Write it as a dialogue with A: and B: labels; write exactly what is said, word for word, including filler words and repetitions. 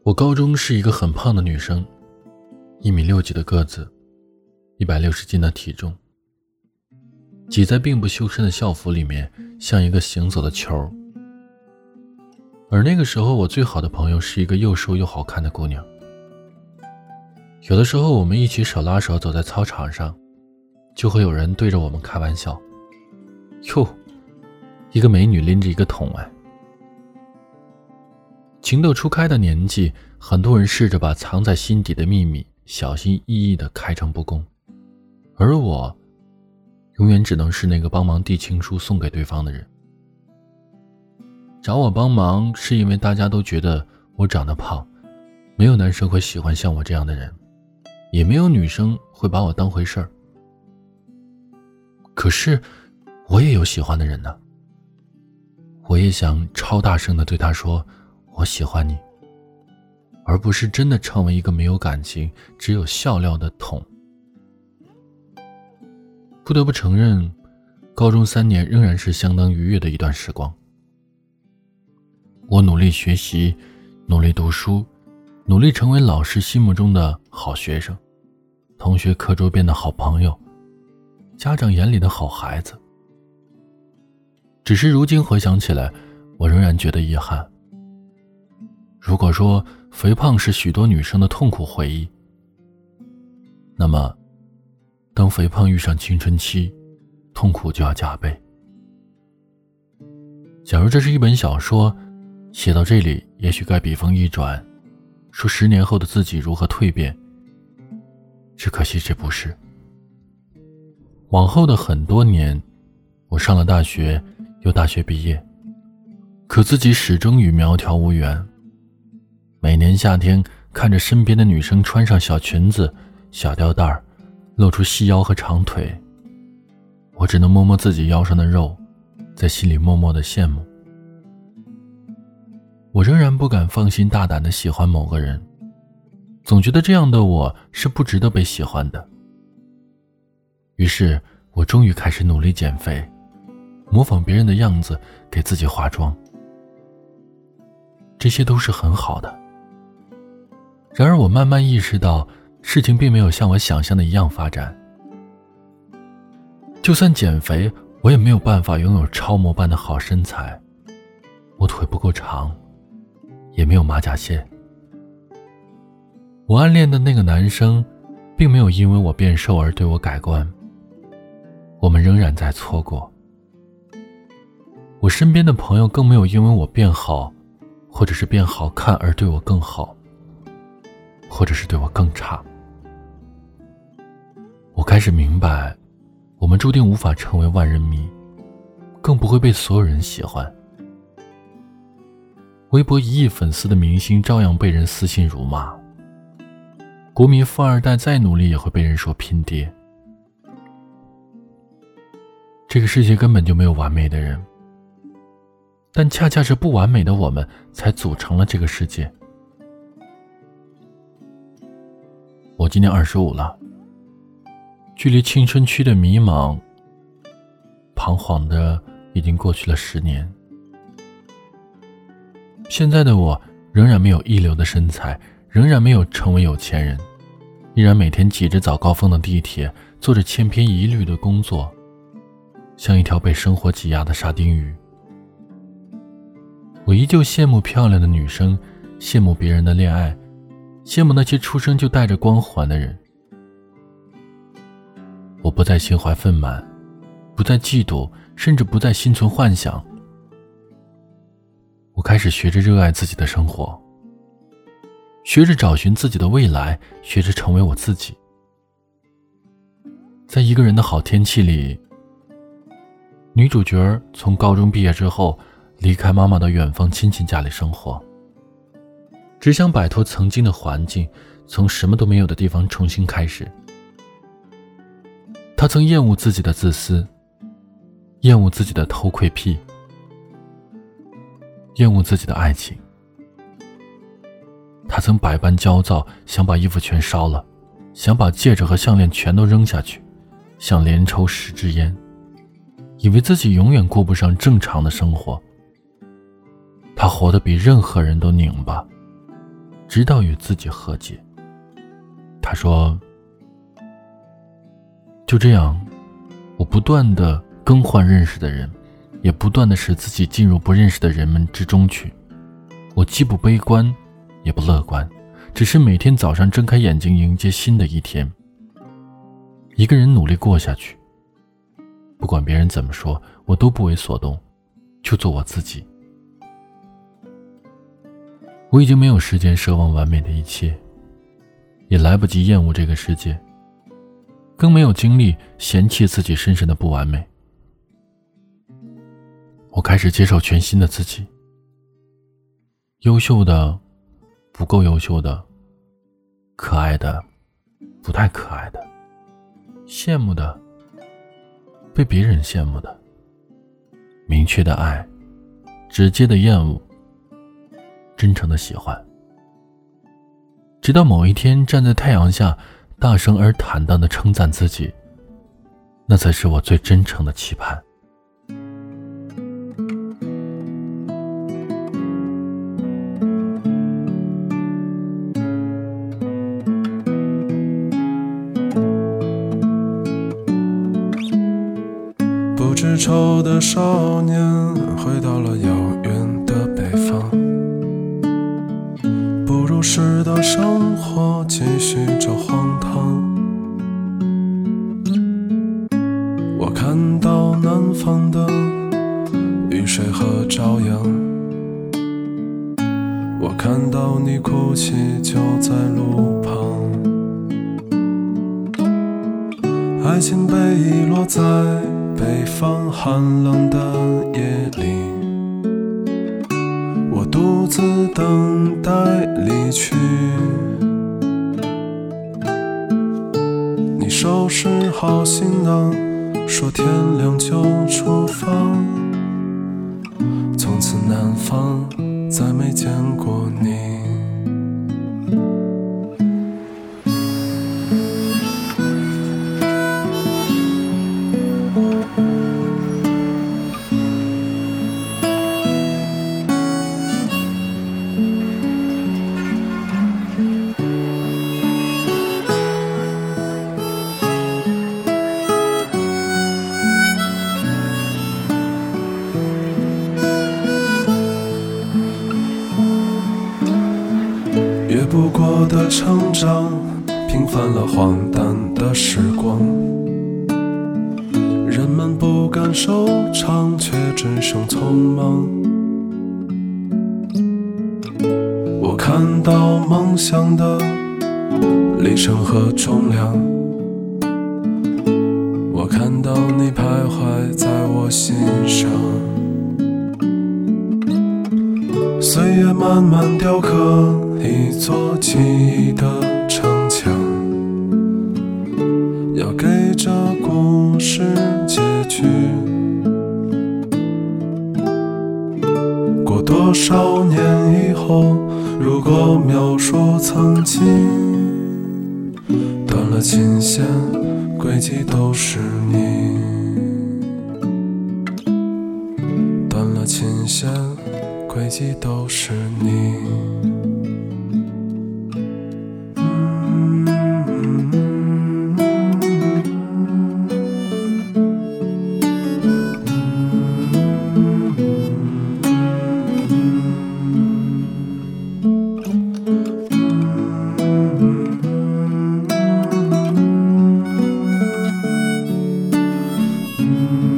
A: 我高中是一个很胖的女生，一米六几的个子，一百六十斤的体重，挤在并不修身的校服里面，像一个行走的球。而那个时候，我最好的朋友是一个又瘦又好看的姑娘。有的时候，我们一起手拉手走在操场上，就会有人对着我们开玩笑：“哟，一个美女拎着一个桶哎。”情窦初开的年纪，很多人试着把藏在心底的秘密小心翼翼地开诚布公，而我永远只能是那个帮忙递情书送给对方的人。找我帮忙是因为大家都觉得我长得胖，没有男生会喜欢像我这样的人，也没有女生会把我当回事儿。可是我也有喜欢的人呢，我也想超大声地对他说我喜欢你，而不是真的成为一个没有感情只有笑料的桶。不得不承认，高中三年仍然是相当愉悦的一段时光。我努力学习，努力读书，努力成为老师心目中的好学生，同学课桌边的好朋友，家长眼里的好孩子。只是如今回想起来，我仍然觉得遗憾。如果说肥胖是许多女生的痛苦回忆，那么当肥胖遇上青春期，痛苦就要加倍。假如这是一本小说，写到这里也许该笔锋一转，说十年后的自己如何蜕变，只可惜这不是。往后的很多年，我上了大学，又大学毕业，可自己始终与苗条无缘。每年夏天，看着身边的女生穿上小裙子、小吊带，露出细腰和长腿，我只能摸摸自己腰上的肉，在心里默默的羡慕。我仍然不敢放心大胆地喜欢某个人，总觉得这样的我是不值得被喜欢的。于是我终于开始努力减肥，模仿别人的样子给自己化妆。这些都是很好的。然而我慢慢意识到，事情并没有像我想象的一样发展。就算减肥，我也没有办法拥有超模般的好身材。我腿不够长，也没有马甲线。我暗恋的那个男生，并没有因为我变瘦而对我改观。我们仍然在错过。我身边的朋友更没有因为我变好，或者是变好看而对我更好，或者是对我更差。我开始明白，我们注定无法成为万人迷，更不会被所有人喜欢。微博一亿粉丝的明星照样被人私信辱骂，国民富二代再努力也会被人说拼爹。这个世界根本就没有完美的人，但恰恰是不完美的我们才组成了这个世界。我今年二十五了，距离青春期的迷茫、彷徨的已经过去了十年。现在的我仍然没有一流的身材，仍然没有成为有钱人，依然每天挤着早高峰的地铁，做着千篇一律的工作，像一条被生活挤压的沙丁鱼。我依旧羡慕漂亮的女生，羡慕别人的恋爱，羡慕那些出生就带着光环的人。我不再心怀愤懑，不再嫉妒，甚至不再心存幻想。我开始学着热爱自己的生活，学着找寻自己的未来，学着成为我自己。在一个人的好天气里，女主角从高中毕业之后离开妈妈到远方亲戚家里生活，只想摆脱曾经的环境，从什么都没有的地方重新开始。她曾厌恶自己的自私，厌恶自己的偷窥癖，厌恶自己的爱情。她曾百般焦躁，想把衣服全烧了，想把戒指和项链全都扔下去，想连抽十支烟，以为自己永远过不上正常的生活。她活得比任何人都拧巴， 直到与自己和解。他说，就这样，我不断地更换认识的人，也不断地使自己进入不认识的人们之中去。我既不悲观，也不乐观，只是每天早上睁开眼睛迎接新的一天。一个人努力过下去，不管别人怎么说，我都不为所动，就做我自己。我已经没有时间奢望完美的一切，也来不及厌恶这个世界，更没有精力嫌弃自己身上的不完美。我开始接受全新的自己，优秀的，不够优秀的，可爱的，不太可爱的，羡慕的，被别人羡慕的，明确的爱，直接的厌恶，真诚的喜欢。直到某一天站在太阳下，大声而坦荡地称赞自己，那才是我最真诚的期盼。
B: 不知愁的少年回到了遥远的北方，不如时的生活继续着荒唐。我看到南方的雨水和朝阳，我看到你哭泣就在路旁，爱情被遗落在北方寒冷的夜里，我独自等待离去。你收拾好行囊，说天亮就出发，从此南方再没见过你。越不过的成长，平凡了荒诞的时光，人们不敢收场，却只剩匆忙。我看到梦想的里程和重量，我看到你徘徊在我心上，岁月慢慢雕刻一座记忆的城墙，要给这故事结局。过多少年以后，如果描述曾经，断了琴弦，轨迹都是你。断了琴弦，轨迹都是你。Mm-hmm.